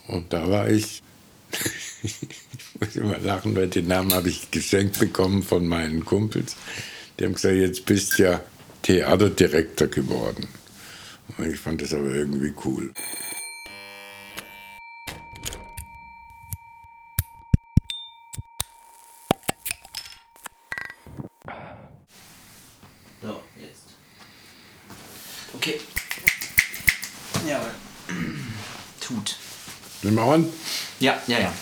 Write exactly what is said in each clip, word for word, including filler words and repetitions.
Und da war ich, ich muss immer lachen, weil den Namen habe ich geschenkt bekommen von meinen Kumpels. Die haben gesagt, jetzt bist du ja Theaterdirektor geworden. Und ich fand das aber irgendwie cool. So, jetzt. Okay. Jawohl. Tut. Nehmen wir an? Ja, ja, ja.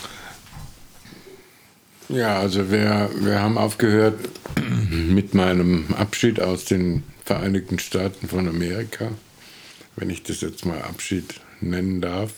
Ja, also wir, wir haben aufgehört mit meinem Abschied aus den Vereinigten Staaten von Amerika, wenn ich das jetzt mal Abschied nennen darf.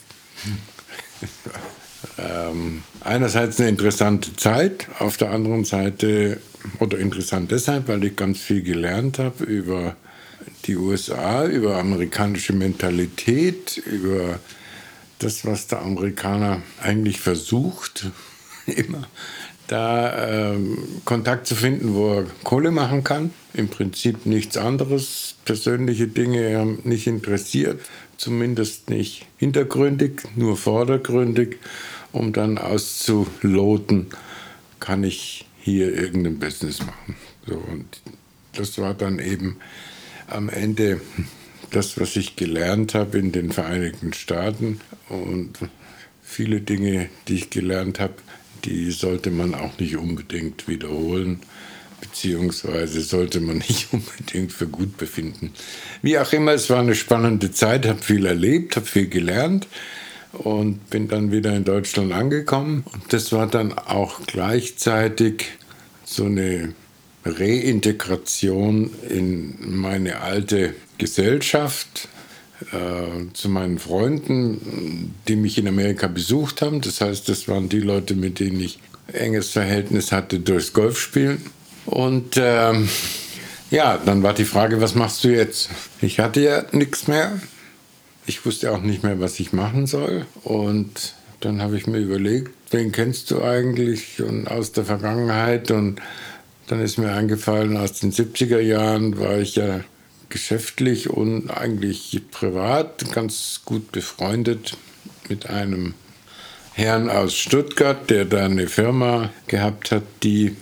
ähm, einerseits eine interessante Zeit, auf der anderen Seite, oder interessant deshalb, weil ich ganz viel gelernt habe über die U S A, über amerikanische Mentalität, über das, was der Amerikaner eigentlich versucht, immer da ähm, Kontakt zu finden, wo er Kohle machen kann. Im Prinzip nichts anderes. Persönliche Dinge haben nicht interessiert, zumindest nicht hintergründig, nur vordergründig, um dann auszuloten, kann ich hier irgendein Business machen. So, und das war dann eben am Ende das, was ich gelernt habe in den Vereinigten Staaten. Und viele Dinge, die ich gelernt habe, die sollte man auch nicht unbedingt wiederholen, beziehungsweise sollte man nicht unbedingt für gut befinden. Wie auch immer, es war eine spannende Zeit, habe viel erlebt, habe viel gelernt und bin dann wieder in Deutschland angekommen. Und das war dann auch gleichzeitig so eine Reintegration in meine alte Gesellschaft, äh, zu meinen Freunden, die mich in Amerika besucht haben. Das heißt, das waren die Leute, mit denen ich enges Verhältnis hatte durchs Golfspielen. Und ähm, ja, dann war die Frage, was machst du jetzt? Ich hatte ja nichts mehr. Ich wusste auch nicht mehr, was ich machen soll. Und dann habe ich mir überlegt, wen kennst du eigentlich und aus der Vergangenheit? Und dann ist mir eingefallen, aus den siebziger Jahren war ich ja geschäftlich und eigentlich privat ganz gut befreundet mit einem Herrn aus Stuttgart, der da eine Firma gehabt hat, die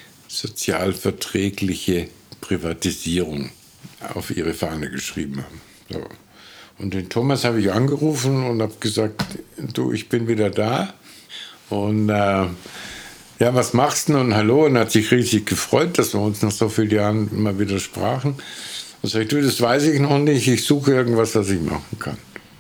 sozialverträgliche Privatisierung auf ihre Fahne geschrieben haben. So. Und den Thomas habe ich angerufen und habe gesagt, du, ich bin wieder da. Und äh, ja, was machst du? Und hallo, und hat sich riesig gefreut, dass wir uns nach so vielen Jahren immer wieder sprachen. Und sag ich, du, das weiß ich noch nicht, ich suche irgendwas, was ich machen kann.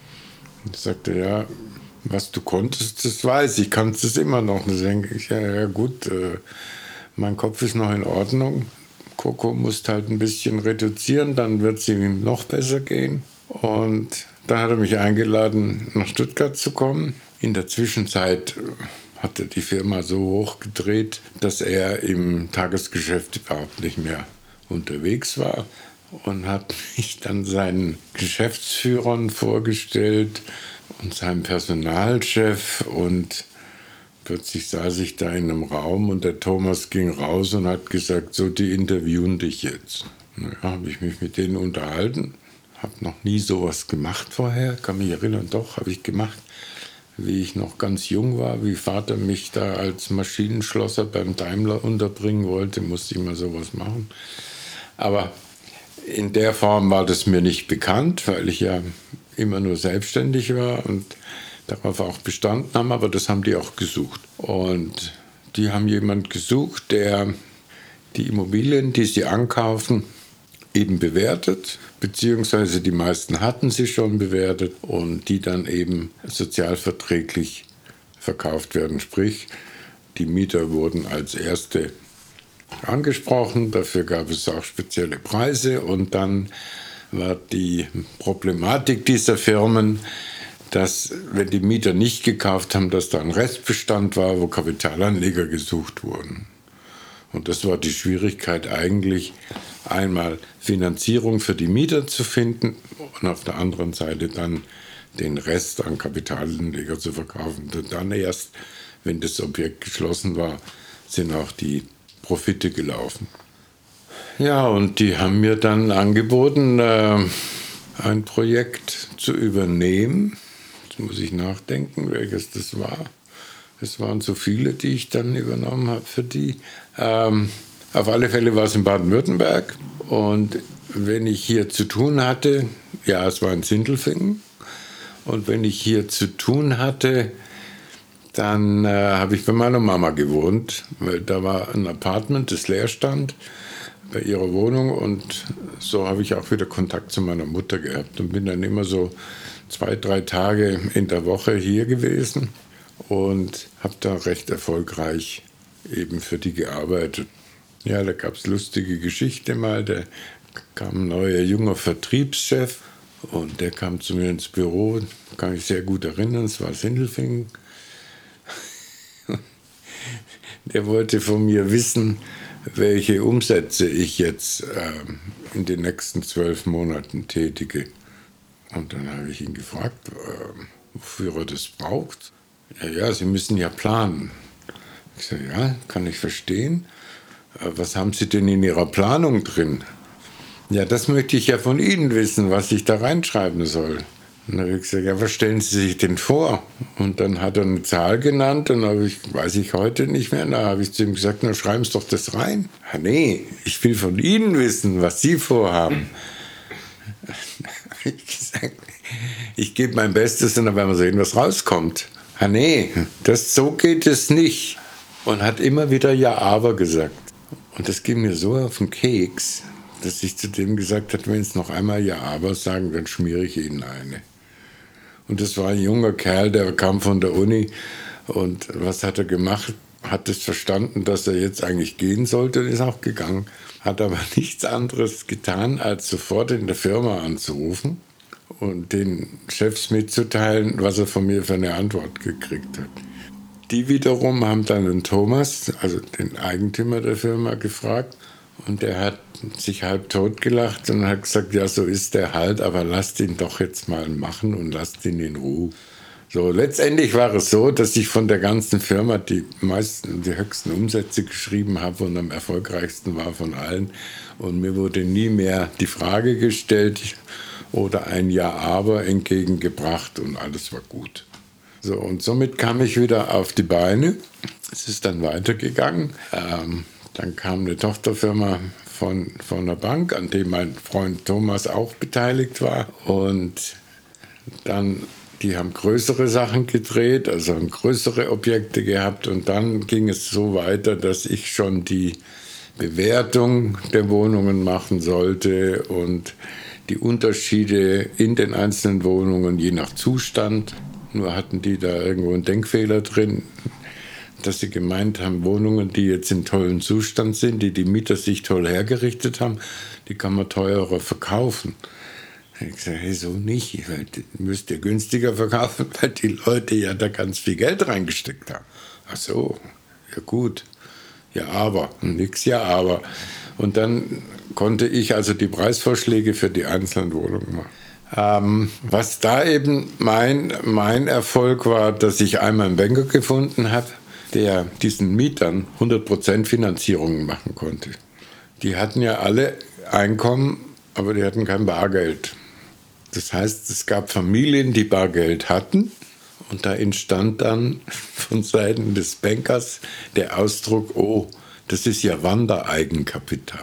Und sagte, ja, was du konntest, das weiß ich, kannst es immer noch. Und dann denke ich, ja, ja gut, äh, mein Kopf ist noch in Ordnung. Coco musst halt ein bisschen reduzieren, dann wird es ihm noch besser gehen. Und dann hat er mich eingeladen, nach Stuttgart zu kommen. In der Zwischenzeit hat er die Firma so hochgedreht, dass er im Tagesgeschäft überhaupt nicht mehr unterwegs war. Und hat mich dann seinen Geschäftsführern vorgestellt und seinem Personalchef. Und plötzlich saß ich da in einem Raum und der Thomas ging raus und hat gesagt, so, die interviewen dich jetzt. Naja, habe ich mich mit denen unterhalten. Habe noch nie sowas gemacht vorher, kann mich erinnern, doch, habe ich gemacht. Wie ich noch ganz jung war, wie Vater mich da als Maschinenschlosser beim Daimler unterbringen wollte, musste ich mal sowas machen. Aber in der Form war das mir nicht bekannt, weil ich ja immer nur selbstständig war und darauf auch bestanden habe, aber das haben die auch gesucht. Und die haben jemanden gesucht, der die Immobilien, die sie ankaufen, eben bewertet, beziehungsweise die meisten hatten sie schon bewertet und die dann eben sozialverträglich verkauft werden. Sprich, die Mieter wurden als erste angesprochen, dafür gab es auch spezielle Preise und dann war die Problematik dieser Firmen, dass, wenn die Mieter nicht gekauft haben, dass da ein Restbestand war, wo Kapitalanleger gesucht wurden. Und das war die Schwierigkeit eigentlich, einmal Finanzierung für die Mieter zu finden und auf der anderen Seite dann den Rest an Kapitalanleger zu verkaufen. Und dann erst, wenn das Objekt geschlossen war, sind auch die Profite gelaufen. Ja, und die haben mir dann angeboten, äh, ein Projekt zu übernehmen. Jetzt muss ich nachdenken, welches das war. Es waren so viele, die ich dann übernommen habe für die. Ähm, auf alle Fälle war es in Baden-Württemberg. Und wenn ich hier zu tun hatte, ja, es war in Sindelfingen. Und wenn ich hier zu tun hatte, dann äh, habe ich bei meiner Mama gewohnt, weil da war ein Apartment, das leer stand, bei ihrer Wohnung. Und so habe ich auch wieder Kontakt zu meiner Mutter gehabt und bin dann immer so zwei, drei Tage in der Woche hier gewesen und habe da recht erfolgreich eben für die gearbeitet. Ja, da gab es lustige Geschichte mal, da kam ein neuer junger Vertriebschef und der kam zu mir ins Büro, kann ich sehr gut erinnern, es war Sindelfingen. Der wollte von mir wissen, welche Umsätze ich jetzt äh, in den nächsten zwölf Monaten tätige. Und dann habe ich ihn gefragt, äh, wofür er das braucht. Ja, ja, Sie müssen ja planen. Ich sage, ja, kann ich verstehen. Äh, was haben Sie denn in Ihrer Planung drin? Ja, das möchte ich ja von Ihnen wissen, was ich da reinschreiben soll. Und dann habe ich gesagt, ja, was stellen Sie sich denn vor? Und dann hat er eine Zahl genannt und habe ich, weiß ich heute nicht mehr. Da habe ich zu ihm gesagt, na, schreiben Sie doch das rein. Ja, nee, ich will von Ihnen wissen, was Sie vorhaben. Ich gesagt, ich gebe mein Bestes und dann werden wir sehen, was rauskommt. Ah nee, das, so geht es nicht. Und hat immer wieder Ja, aber gesagt. Und das ging mir so auf den Keks, dass ich zu dem gesagt habe, wenn Sie noch einmal Ja, aber sagen, dann schmiere ich Ihnen eine. Und das war ein junger Kerl, der kam von der Uni. Und was hat er gemacht? Hat es verstanden, dass er jetzt eigentlich gehen sollte und ist auch gegangen. Hat aber nichts anderes getan, als sofort in der Firma anzurufen und den Chefs mitzuteilen, was er von mir für eine Antwort gekriegt hat. Die wiederum haben dann den Thomas, also den Eigentümer der Firma, gefragt und der hat sich halb tot gelacht und hat gesagt, ja, so ist der halt, aber lasst ihn doch jetzt mal machen und lasst ihn in Ruhe. So, letztendlich war es so, dass ich von der ganzen Firma die meisten, die höchsten Umsätze geschrieben habe und am erfolgreichsten war von allen. Und mir wurde nie mehr die Frage gestellt oder ein Ja, aber entgegengebracht und alles war gut. So, und somit kam ich wieder auf die Beine. Es ist dann weitergegangen. Ähm, dann kam eine Tochterfirma von, von einer Bank, an dem mein Freund Thomas auch beteiligt war. Und dann die haben größere Sachen gedreht, also haben größere Objekte gehabt. Und dann ging es so weiter, dass ich schon die Bewertung der Wohnungen machen sollte und die Unterschiede in den einzelnen Wohnungen je nach Zustand. Nur hatten die da irgendwo einen Denkfehler drin, dass sie gemeint haben, Wohnungen, die jetzt in tollem Zustand sind, die die Mieter sich toll hergerichtet haben, die kann man teurer verkaufen. Ich sage, hey, so nicht, weil müsst ihr günstiger verkaufen, weil die Leute ja da ganz viel Geld reingesteckt haben. Ach so, ja gut, ja aber, nix ja aber. Und dann konnte ich also die Preisvorschläge für die einzelnen Wohnungen machen. Ähm, was da eben mein, mein Erfolg war, dass ich einmal einen Banker gefunden habe, der diesen Mietern hundert Prozent Finanzierungen machen konnte. Die hatten ja alle Einkommen, aber die hatten kein Bargeld. Das heißt, es gab Familien, die Bargeld hatten und da entstand dann von Seiten des Bankers der Ausdruck, oh, das ist ja Wandereigenkapital.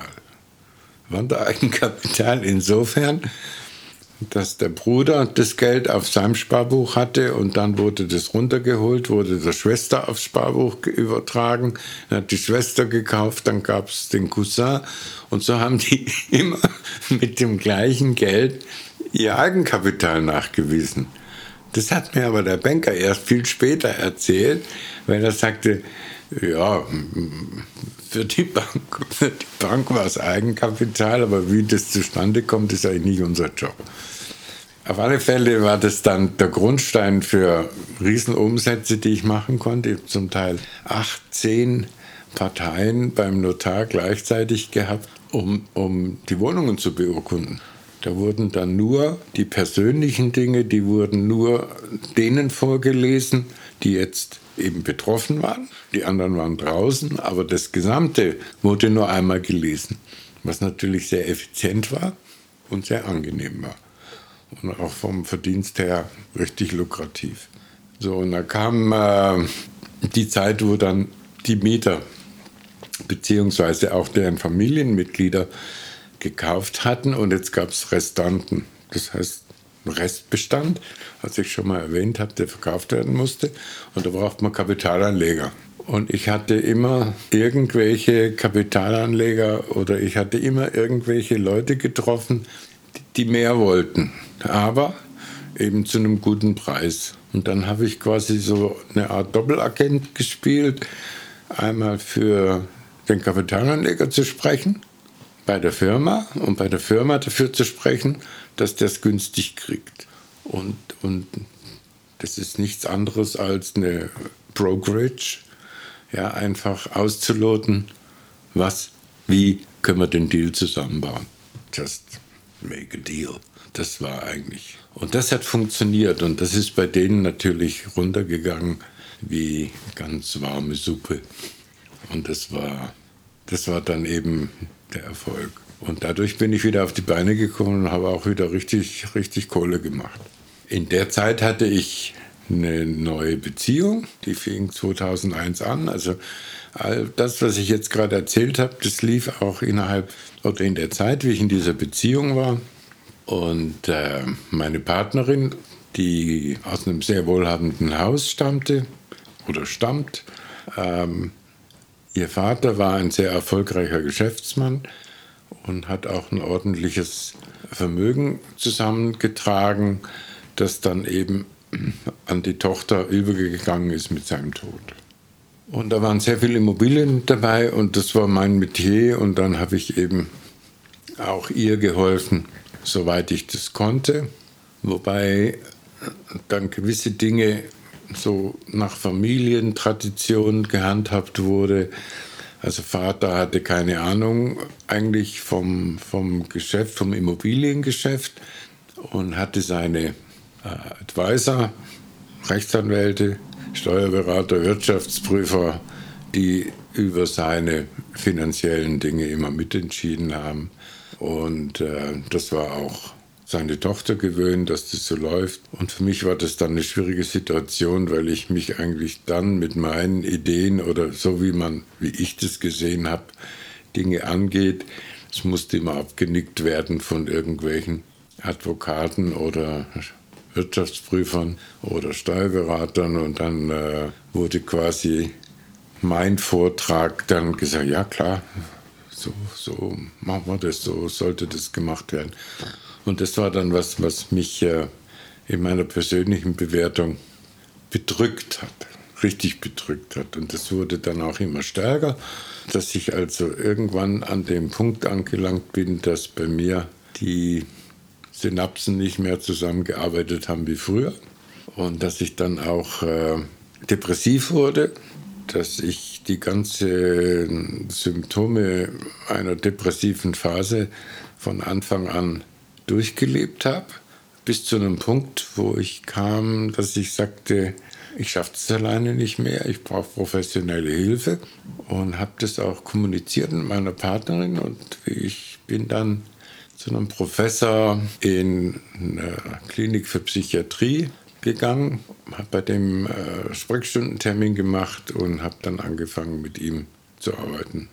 Wandereigenkapital insofern, dass der Bruder das Geld auf seinem Sparbuch hatte und dann wurde das runtergeholt, wurde der Schwester aufs Sparbuch übertragen, dann hat die Schwester gekauft, dann gab es den Cousin und so haben die immer mit dem gleichen Geld ihr Eigenkapital nachgewiesen. Das hat mir aber der Banker erst viel später erzählt, weil er sagte, ja, für die Bank, für die Bank war es Eigenkapital, aber wie das zustande kommt, ist eigentlich nicht unser Job. Auf alle Fälle war das dann der Grundstein für Riesenumsätze, die ich machen konnte. Ich habe zum Teil acht, zehn Parteien beim Notar gleichzeitig gehabt, um, um die Wohnungen zu beurkunden. Da wurden dann nur die persönlichen Dinge, die wurden nur denen vorgelesen, die jetzt eben betroffen waren. Die anderen waren draußen, aber das Gesamte wurde nur einmal gelesen, was natürlich sehr effizient war und sehr angenehm war. und auch vom Verdienst her richtig lukrativ. So, und da kam äh, die Zeit, wo dann die Mieter beziehungsweise auch deren Familienmitglieder gekauft hatten und jetzt gab es Restanten. Das heißt, ein Restbestand, was ich schon mal erwähnt habe, der verkauft werden musste. Und da braucht man Kapitalanleger. Und ich hatte immer irgendwelche Kapitalanleger oder ich hatte immer irgendwelche Leute getroffen, die mehr wollten, aber eben zu einem guten Preis. Und dann habe ich quasi so eine Art Doppelagent gespielt, einmal für den Kapitalanleger zu sprechen, bei der Firma und bei der Firma dafür zu sprechen, dass der es günstig kriegt. Und, und das ist nichts anderes als eine Brokerage, ja, einfach auszuloten, was, wie können wir den Deal zusammenbauen. Just make a deal. Das war eigentlich. Und das hat funktioniert und das ist bei denen natürlich runtergegangen wie ganz warme Suppe. Und das war, das war dann eben der Erfolg. Und dadurch bin ich wieder auf die Beine gekommen und habe auch wieder richtig, richtig Kohle gemacht. In der Zeit hatte ich eine neue Beziehung, die fing zweitausendeins an. Also all das, was ich jetzt gerade erzählt habe, das lief auch innerhalb oder in der Zeit, wie ich in dieser Beziehung war. Und äh, meine Partnerin, die aus einem sehr wohlhabenden Haus stammte oder stammt, ähm, ihr Vater war ein sehr erfolgreicher Geschäftsmann und hat auch ein ordentliches Vermögen zusammengetragen, das dann eben an die Tochter übergegangen ist mit seinem Tod. Und da waren sehr viele Immobilien dabei und das war mein Metier und dann habe ich eben auch ihr geholfen, soweit ich das konnte, wobei dann gewisse Dinge so nach Familientradition gehandhabt wurde. Also Vater hatte keine Ahnung eigentlich vom, vom Geschäft, vom Immobiliengeschäft und hatte seine äh, Advisor, Rechtsanwälte, Steuerberater, Wirtschaftsprüfer, die über seine finanziellen Dinge immer mitentschieden haben. Und äh, das war auch seine Tochter gewöhnt, dass das so läuft. Und für mich war das dann eine schwierige Situation, weil ich mich eigentlich dann mit meinen Ideen oder so wie man, wie ich das gesehen habe, Dinge angeht, es musste immer abgenickt werden von irgendwelchen Advokaten oder Wirtschaftsprüfern oder Steuerberatern. Und dann äh, wurde quasi mein Vortrag dann gesagt, ja klar, so, so machen wir das, so sollte das gemacht werden. Und das war dann was, was mich äh, in meiner persönlichen Bewertung bedrückt hat, richtig bedrückt hat. Und das wurde dann auch immer stärker, dass ich also irgendwann an dem Punkt angelangt bin, dass bei mir die Synapsen nicht mehr zusammengearbeitet haben wie früher. Und dass ich dann auch äh, depressiv wurde, dass ich die ganzen Symptome einer depressiven Phase von Anfang an durchgelebt habe, bis zu einem Punkt, wo ich kam, dass ich sagte, ich schaffe es alleine nicht mehr, ich brauche professionelle Hilfe und habe das auch kommuniziert mit meiner Partnerin und ich bin dann zu einem Professor in einer Klinik für Psychiatrie gegangen, habe bei dem äh, Sprechstundentermin gemacht und habe dann angefangen, mit ihm zu arbeiten.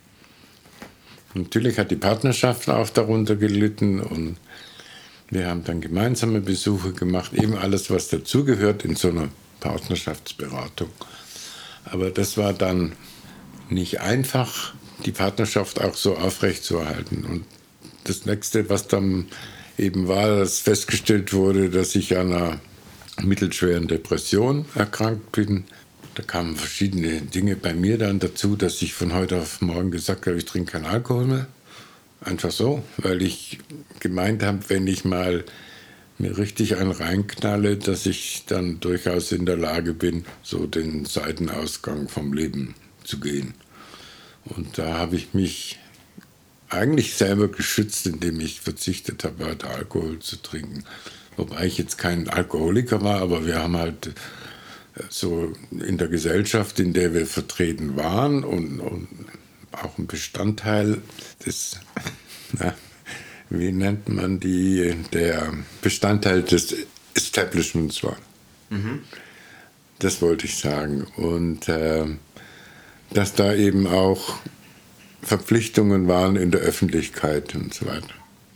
Natürlich hat die Partnerschaft auch darunter gelitten und wir haben dann gemeinsame Besuche gemacht, eben alles, was dazugehört in so einer Partnerschaftsberatung. Aber das war dann nicht einfach, die Partnerschaft auch so aufrechtzuerhalten. Und das Nächste, was dann eben war, dass festgestellt wurde, dass ich an einer mittelschweren Depression erkrankt bin. Da kamen verschiedene Dinge bei mir dann dazu, dass ich von heute auf morgen gesagt habe, ich trinke keinen Alkohol mehr. Einfach so, weil ich gemeint habe, wenn ich mal mir richtig einen reinknalle, dass ich dann durchaus in der Lage bin, so den Seitenausgang vom Leben zu gehen. Und da habe ich mich eigentlich selber geschützt, indem ich verzichtet habe, weiter Alkohol zu trinken. Wobei ich jetzt kein Alkoholiker war, aber wir haben halt so in der Gesellschaft, in der wir vertreten waren und, und auch ein Bestandteil des, na, wie nennt man die, der Bestandteil des Establishments war. Mhm. Das wollte ich sagen. Und äh, dass da eben auch Verpflichtungen waren in der Öffentlichkeit und so weiter.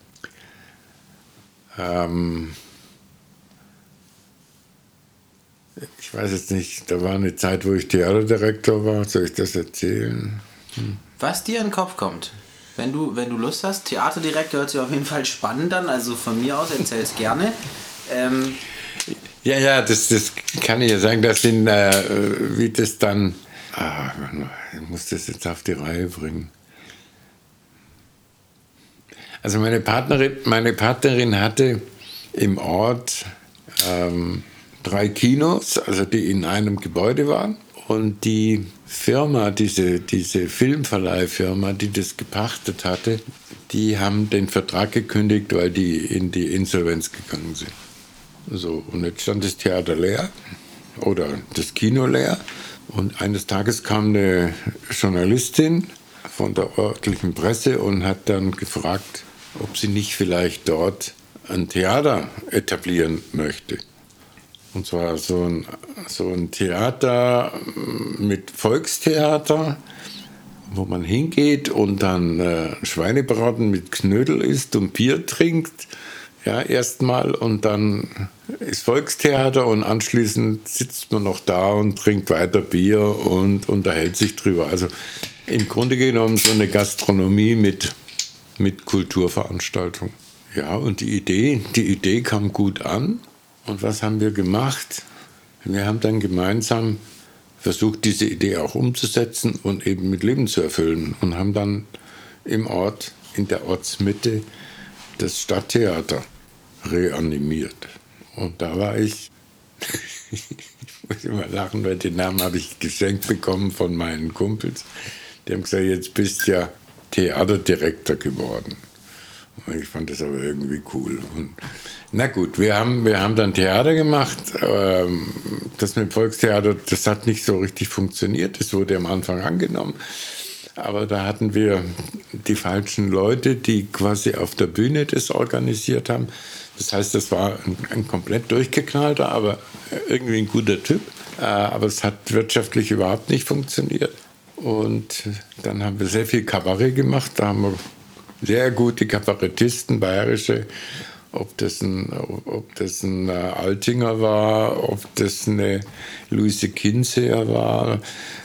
Ähm, ich weiß jetzt nicht, da war eine Zeit, wo ich Theaterdirektor war. Soll ich das erzählen? Hm. Was dir in den Kopf kommt. Wenn du, wenn du Lust hast, Theaterdirektor hört sich auf jeden Fall spannend an, also von mir aus erzähl es gerne. Ähm, ja, ja, das, das kann ich ja sagen, das sind, äh, wie das dann, ah, ich muss das jetzt auf die Reihe bringen. Also meine Partnerin, meine Partnerin hatte im Ort ähm, drei Kinos, also die in einem Gebäude waren. Und die Firma, diese, diese Filmverleihfirma, die das gepachtet hatte, die haben den Vertrag gekündigt, weil die in die Insolvenz gegangen sind. So, und jetzt stand das Theater leer oder das Kino leer. Und eines Tages kam eine Journalistin von der örtlichen Presse und hat dann gefragt, ob sie nicht vielleicht dort ein Theater etablieren möchte. Und zwar so ein, so ein Theater mit Volkstheater, wo man hingeht und dann äh, Schweinebraten mit Knödel isst und Bier trinkt. Ja, erstmal und dann ist Volkstheater und anschließend sitzt man noch da und trinkt weiter Bier und unterhält sich drüber. Also im Grunde genommen so eine Gastronomie mit, mit Kulturveranstaltung. Ja, und die Idee, die Idee kam gut an. Und was haben wir gemacht? Wir haben dann gemeinsam versucht, diese Idee auch umzusetzen und eben mit Leben zu erfüllen. Und haben dann im Ort, in der Ortsmitte, das Stadttheater reanimiert. Und da war ich, ich muss immer lachen, weil den Namen habe ich geschenkt bekommen von meinen Kumpels. Die haben gesagt, jetzt bist du ja Theaterdirektor geworden. Und ich fand das aber irgendwie cool. Und na gut, wir haben, wir haben dann Theater gemacht. Das mit dem Volkstheater, das hat nicht so richtig funktioniert. Das wurde am Anfang angenommen. Aber da hatten wir die falschen Leute, die quasi auf der Bühne das organisiert haben. Das heißt, das war ein, ein komplett durchgeknallter, aber irgendwie ein guter Typ. Aber es hat wirtschaftlich überhaupt nicht funktioniert. Und dann haben wir sehr viel Kabarett gemacht. Da haben wir sehr gute Kabarettisten, bayerische, ob das ein, ob das ein Altinger war, ob das eine Luise Kinseher war.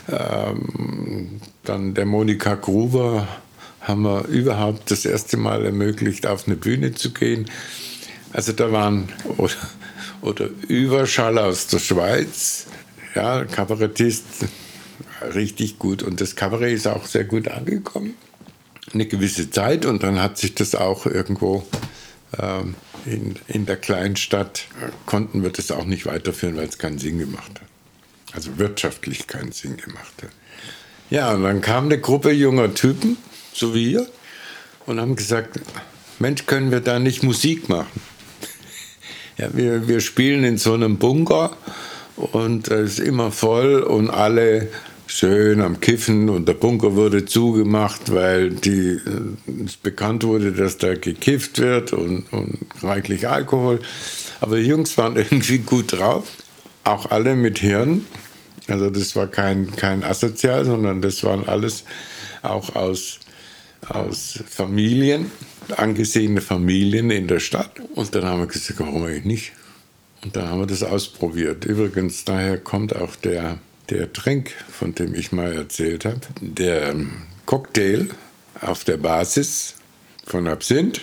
Ähm, dann der Monika Gruber haben wir überhaupt das erste Mal ermöglicht, auf eine Bühne zu gehen. Also da waren, oder, oder Überschall aus der Schweiz, ja, Kabarettist, richtig gut. Und das Kabarett ist auch sehr gut angekommen. Eine gewisse Zeit und dann hat sich das auch irgendwo ähm, in, in der Kleinstadt, äh, konnten wir das auch nicht weiterführen, weil es keinen Sinn gemacht hat. Also wirtschaftlich keinen Sinn gemacht hat. Ja, und dann kam eine Gruppe junger Typen, so wie ihr, und haben gesagt, Mensch, können wir da nicht Musik machen? Ja, wir, wir spielen in so einem Bunker und es ist immer voll und alle schön am Kiffen und der Bunker wurde zugemacht, weil die, es bekannt wurde, dass da gekifft wird und, und reichlich Alkohol. Aber die Jungs waren irgendwie gut drauf, auch alle mit Hirn. Also das war kein, kein Asozial, sondern das waren alles auch aus, aus Familien, angesehene Familien in der Stadt. Und dann haben wir gesagt, warum eigentlich nicht? Und dann haben wir das ausprobiert. Übrigens, daher kommt auch der Der Drink, von dem ich mal erzählt habe, der Cocktail auf der Basis von Absinth,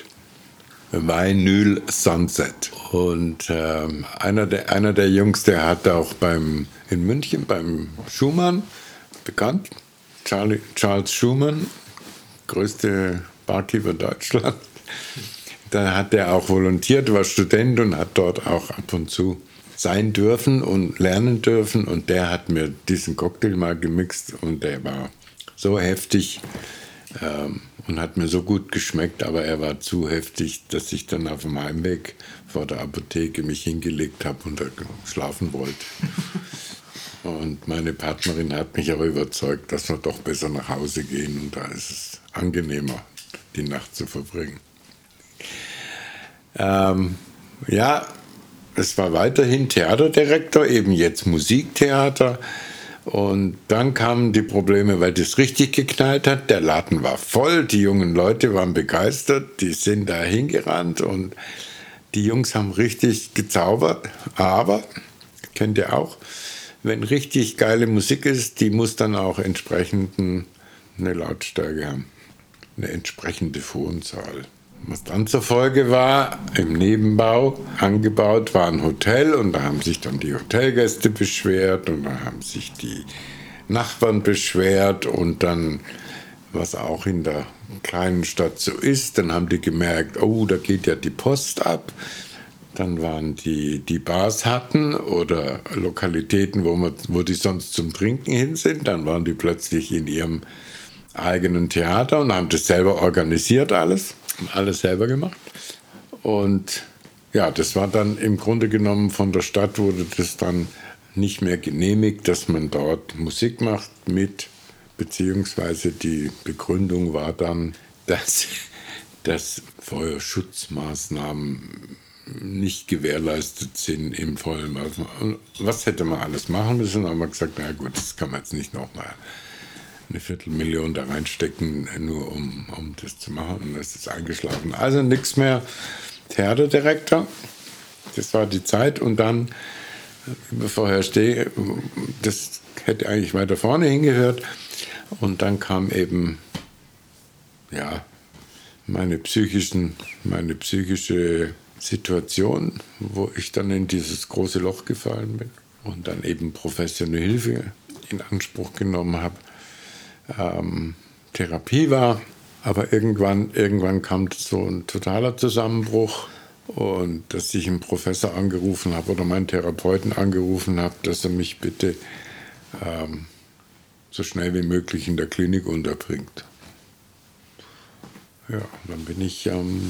Vinyl Sunset. Und ähm, einer, der, einer der Jungs, der hat auch beim, in München beim Schumann, bekannt, Charlie, Charles Schumann, größte Barkeeper Deutschland, da hat er auch volontiert, war Student und hat dort auch ab und zu sein dürfen und lernen dürfen. Und der hat mir diesen Cocktail mal gemixt und der war so heftig ähm, und hat mir so gut geschmeckt, aber er war zu heftig, dass ich dann auf dem Heimweg vor der Apotheke mich hingelegt habe und da schlafen wollte. Und meine Partnerin hat mich aber überzeugt, dass wir doch besser nach Hause gehen und da ist es angenehmer, die Nacht zu verbringen. Ähm, ja, es war weiterhin Theaterdirektor, eben jetzt Musiktheater. Und dann kamen die Probleme, weil das richtig geknallt hat. Der Laden war voll, die jungen Leute waren begeistert, die sind da hingerannt und die Jungs haben richtig gezaubert. Aber, kennt ihr auch, wenn richtig geile Musik ist, die muss dann auch entsprechend eine Lautstärke haben, eine entsprechende Phonzahl. Was dann zur Folge war, im Nebenbau angebaut war ein Hotel und da haben sich dann die Hotelgäste beschwert und da haben sich die Nachbarn beschwert und dann, was auch in der kleinen Stadt so ist, dann haben die gemerkt, oh, da geht ja die Post ab. Dann waren die, die Bars hatten oder Lokalitäten, wo, man, wo die sonst zum Trinken hin sind, dann waren die plötzlich in ihrem eigenen Theater und haben das selber organisiert alles. Alles selber gemacht. Und ja, das war dann im Grunde genommen von der Stadt wurde das dann nicht mehr genehmigt, dass man dort Musik macht mit, beziehungsweise die Begründung war dann, dass, dass Feuerschutzmaßnahmen nicht gewährleistet sind im vollen Maß. Was hätte man alles machen müssen? Da haben wir gesagt, na gut, das kann man jetzt nicht noch mal eine Viertelmillion da reinstecken, nur um, um das zu machen. Und das ist eingeschlafen. Also nichts mehr Theaterdirektor. Das war die Zeit. Und dann, bevor ich stehe, das hätte eigentlich weiter vorne hingehört. Und dann kam eben, ja, meine psychischen, meine psychische Situation, wo ich dann in dieses große Loch gefallen bin und dann eben professionelle Hilfe in Anspruch genommen habe. Ähm, Therapie war, aber irgendwann, irgendwann kam so ein totaler Zusammenbruch und dass ich einen Professor angerufen habe oder meinen Therapeuten angerufen habe, dass er mich bitte ähm, so schnell wie möglich in der Klinik unterbringt. Ja, dann bin ich ähm,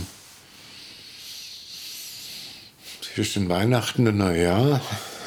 zwischen Weihnachten und Neujahr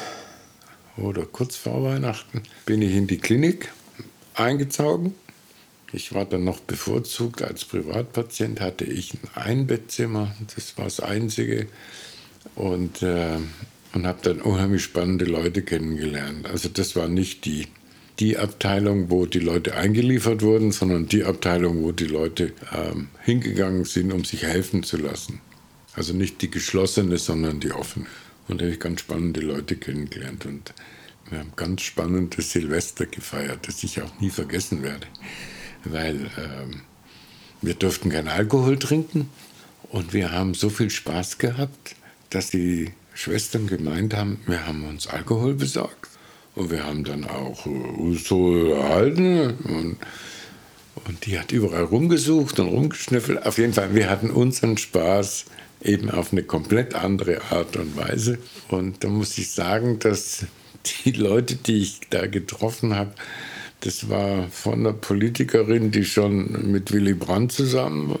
oder kurz vor Weihnachten bin ich in die Klinik eingezogen. Ich war dann noch bevorzugt als Privatpatient, hatte ich ein Einbettzimmer, das war das Einzige. Und, äh, und habe dann unheimlich spannende Leute kennengelernt. Also das war nicht die, die Abteilung, wo die Leute eingeliefert wurden, sondern die Abteilung, wo die Leute ähm, hingegangen sind, um sich helfen zu lassen. Also nicht die geschlossene, sondern die offene. Und da habe ich ganz spannende Leute kennengelernt. Und wir haben ganz spannendes Silvester gefeiert, das ich auch nie vergessen werde. Weil ähm, wir durften keinen Alkohol trinken und wir haben so viel Spaß gehabt, dass die Schwestern gemeint haben, wir haben uns Alkohol besorgt. Und wir haben dann auch äh, so erhalten. Und, und die hat überall rumgesucht und rumgeschnüffelt. Auf jeden Fall, wir hatten unseren Spaß eben auf eine komplett andere Art und Weise. Und da muss ich sagen, dass die Leute, die ich da getroffen habe, das war von einer Politikerin, die schon mit Willy Brandt zusammen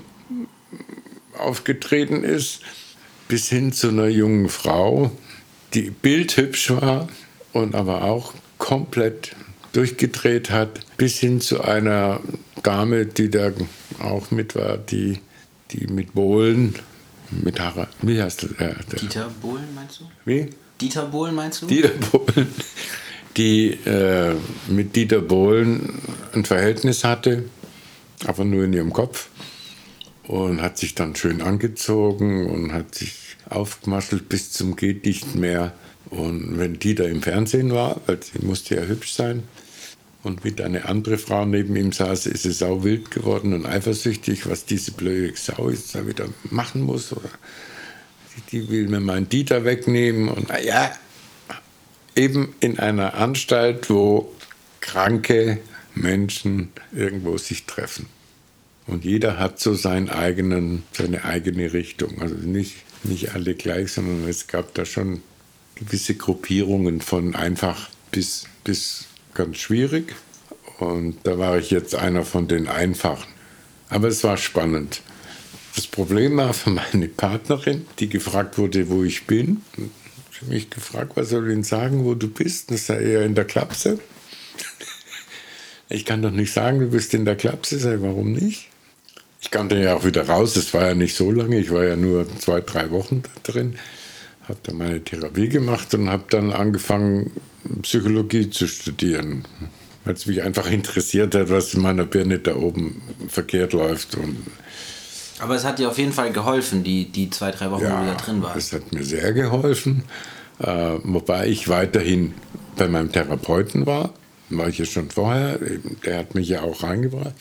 aufgetreten ist, bis hin zu einer jungen Frau, die bildhübsch war und aber auch komplett durchgedreht hat, bis hin zu einer Dame, die da auch mit war, die, die mit Bohlen, mit Harald, wie heißt das? Äh, Dieter Bohlen meinst du? Wie? Dieter Bohlen meinst du? Dieter Bohlen, die äh, mit Dieter Bohlen ein Verhältnis hatte, aber nur in ihrem Kopf. Und hat sich dann schön angezogen und hat sich aufgemaschelt bis zum geht nicht mehr. Und wenn Dieter im Fernsehen war, weil sie musste ja hübsch sein, und mit einer anderen Frau neben ihm saß, ist sie sau wild geworden und eifersüchtig, was diese blöde Sau jetzt da wieder machen muss. Oder die will mir meinen Dieter wegnehmen. Und naja, eben in einer Anstalt, wo kranke Menschen irgendwo sich treffen. Und jeder hat so seinen eigenen, seine eigene Richtung. Also nicht, nicht alle gleich, sondern es gab da schon gewisse Gruppierungen von einfach bis, bis ganz schwierig. Und da war ich jetzt einer von den Einfachen. Aber es war spannend. Das Problem war für meine Partnerin, die gefragt wurde, wo ich bin. Ich habe mich gefragt, was soll ich denn sagen, wo du bist? Das sei ja in der Klapse. Ich kann doch nicht sagen, du bist in der Klapse. Sag, warum nicht? Ich kam dann ja auch wieder raus, das war ja nicht so lange, ich war ja nur zwei, drei Wochen da drin, habe dann meine Therapie gemacht und habe dann angefangen, Psychologie zu studieren, weil es mich einfach interessiert hat, was in meiner Birne da oben verkehrt läuft. Und aber es hat dir auf jeden Fall geholfen, die, die zwei, drei Wochen, ja, wo du da drin warst. Es hat mir sehr geholfen, äh, wobei ich weiterhin bei meinem Therapeuten war, war ich ja schon vorher, der hat mich ja auch reingebracht.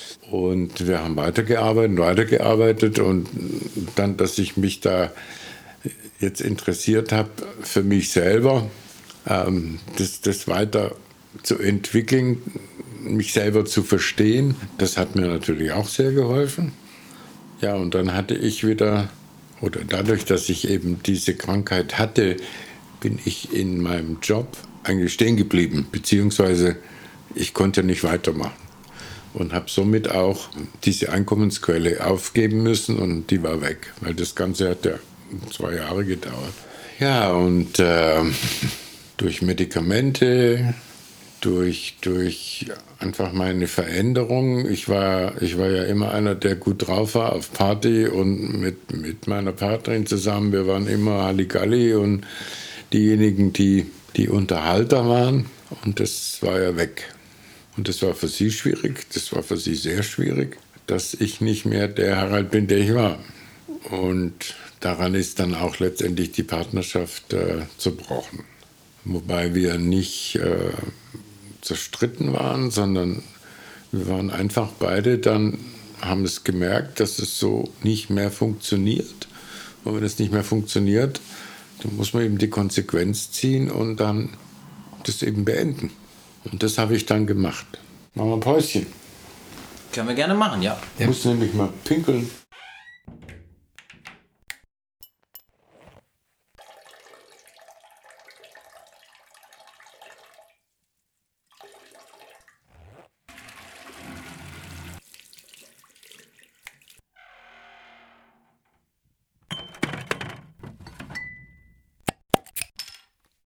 Und wir haben weitergearbeitet, weitergearbeitet und dann, dass ich mich da jetzt interessiert habe für mich selber, ähm, das, das weiter zu entwickeln, mich selber zu verstehen, das hat mir natürlich auch sehr geholfen. Ja, und dann hatte ich wieder, oder dadurch, dass ich eben diese Krankheit hatte, bin ich in meinem Job eigentlich stehen geblieben, beziehungsweise ich konnte nicht weitermachen. Und habe somit auch diese Einkommensquelle aufgeben müssen und die war weg, weil das Ganze hat ja zwei Jahre gedauert. Ja, und äh, durch Medikamente, durch, durch einfach meine Veränderung, ich war, ich war ja immer einer, der gut drauf war auf Party und mit, mit meiner Partnerin zusammen, wir waren immer Halligalli und diejenigen, die, die Unterhalter waren, und das war ja weg. Und das war für sie schwierig, das war für sie sehr schwierig, dass ich nicht mehr der Harald bin, der ich war. Und daran ist dann auch letztendlich die Partnerschaft äh, zerbrochen. Wobei wir nicht äh, zerstritten waren, sondern wir waren einfach beide dann, haben es gemerkt, dass es so nicht mehr funktioniert. Und wenn es nicht mehr funktioniert, dann muss man eben die Konsequenz ziehen und dann das eben beenden. Und das habe ich dann gemacht. Machen wir ein Päuschen. Können wir gerne machen, ja. Ich muss nämlich mal pinkeln.